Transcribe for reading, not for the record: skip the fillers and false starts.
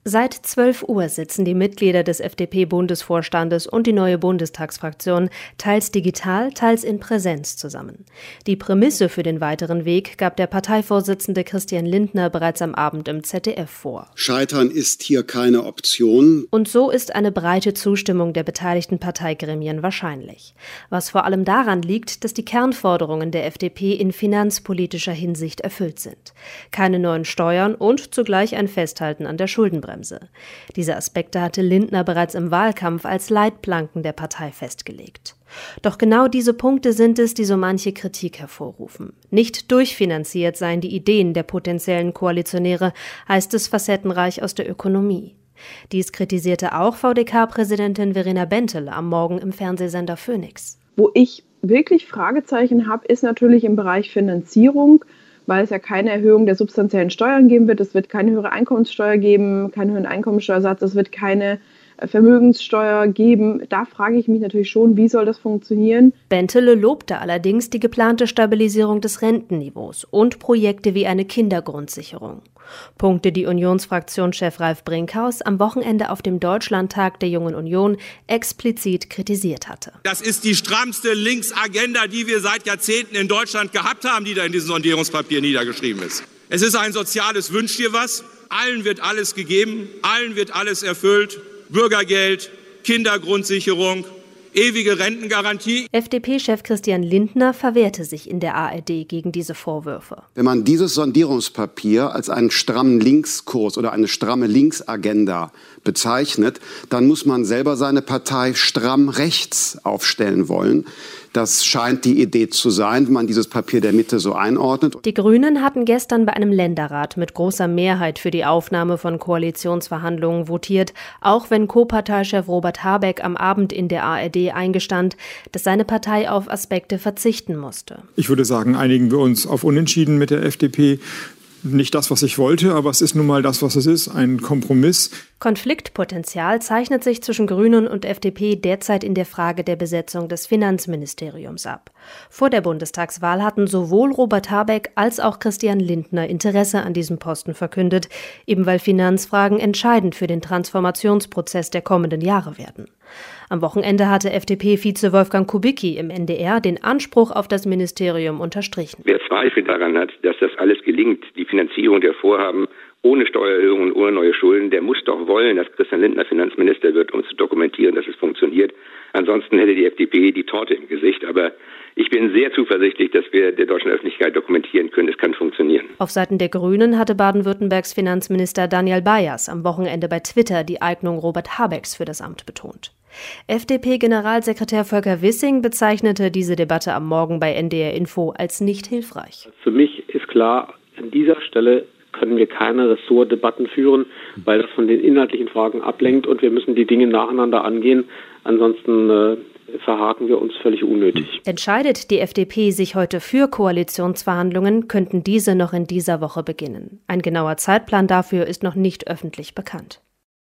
Seit 12 Uhr sitzen die Mitglieder des FDP-Bundesvorstandes und die neue Bundestagsfraktion teils digital, teils in Präsenz zusammen. Die Prämisse für den weiteren Weg gab der Parteivorsitzende Christian Lindner bereits am Abend im ZDF vor. Scheitern ist hier keine Option. Und so ist eine breite Zustimmung der beteiligten Parteigremien wahrscheinlich. Was vor allem daran liegt, dass die Kernforderungen der FDP in finanzpolitischer Hinsicht erfüllt sind. Keine neuen Steuern und zugleich ein Festhalten an der Schuldenbremse. Diese Aspekte hatte Lindner bereits im Wahlkampf als Leitplanken der Partei festgelegt. Doch genau diese Punkte sind es, die so manche Kritik hervorrufen. Nicht durchfinanziert seien die Ideen der potenziellen Koalitionäre, heißt es facettenreich aus der Ökonomie. Dies kritisierte auch VDK-Präsidentin Verena Bentele am Morgen im Fernsehsender Phoenix. Wo ich wirklich Fragezeichen habe, ist natürlich im Bereich Finanzierung, weil es ja keine Erhöhung der substanziellen Steuern geben wird. Es wird keine höhere Einkommenssteuer geben, keinen höheren Einkommensteuersatz, es wird keine Vermögenssteuer geben. Da frage ich mich natürlich schon, wie soll das funktionieren? Bentele lobte allerdings die geplante Stabilisierung des Rentenniveaus und Projekte wie eine Kindergrundsicherung. Punkte, die Unionsfraktionschef Ralf Brinkhaus am Wochenende auf dem Deutschlandtag der Jungen Union explizit kritisiert hatte. Das ist die strammste Linksagenda, die wir seit Jahrzehnten in Deutschland gehabt haben, die da in diesem Sondierungspapier niedergeschrieben ist. Es ist ein soziales Wünsch dir was. Allen wird alles gegeben, allen wird alles erfüllt. Bürgergeld, Kindergrundsicherung, ewige Rentengarantie. FDP-Chef Christian Lindner verwehrte sich in der ARD gegen diese Vorwürfe. Wenn man dieses Sondierungspapier als einen strammen Linkskurs oder eine stramme Linksagenda bezeichnet, dann muss man selber seine Partei stramm rechts aufstellen wollen. Das scheint die Idee zu sein, wenn man dieses Papier der Mitte so einordnet. Die Grünen hatten gestern bei einem Länderrat mit großer Mehrheit für die Aufnahme von Koalitionsverhandlungen votiert, auch wenn Co-Parteichef Robert Habeck am Abend in der ARD eingestand, dass seine Partei auf Aspekte verzichten musste. Ich würde sagen, einigen wir uns auf Unentschieden mit der FDP. Nicht das, was ich wollte, aber es ist nun mal das, was es ist, ein Kompromiss. Konfliktpotenzial zeichnet sich zwischen Grünen und FDP derzeit in der Frage der Besetzung des Finanzministeriums ab. Vor der Bundestagswahl hatten sowohl Robert Habeck als auch Christian Lindner Interesse an diesem Posten verkündet, eben weil Finanzfragen entscheidend für den Transformationsprozess der kommenden Jahre werden. Am Wochenende hatte FDP-Vize Wolfgang Kubicki im NDR den Anspruch auf das Ministerium unterstrichen. Wer Zweifel daran hat, dass das alles gelingt, die Finanzierung der Vorhaben ohne Steuererhöhungen, ohne neue Schulden, der muss doch wollen, dass Christian Lindner Finanzminister wird, um zu dokumentieren, dass es funktioniert. Ansonsten hätte die FDP die Torte im Gesicht. Aber ich bin sehr zuversichtlich, dass wir der deutschen Öffentlichkeit dokumentieren können, es kann funktionieren. Auf Seiten der Grünen hatte Baden-Württembergs Finanzminister Daniel Bayers am Wochenende bei Twitter die Eignung Robert Habecks für das Amt betont. FDP-Generalsekretär Volker Wissing bezeichnete diese Debatte am Morgen bei NDR Info als nicht hilfreich. Für mich ist klar, an dieser Stelle können wir keine Ressortdebatten führen, weil das von den inhaltlichen Fragen ablenkt und wir müssen die Dinge nacheinander angehen. Ansonsten verhaken wir uns völlig unnötig. Entscheidet die FDP sich heute für Koalitionsverhandlungen, könnten diese noch in dieser Woche beginnen. Ein genauer Zeitplan dafür ist noch nicht öffentlich bekannt.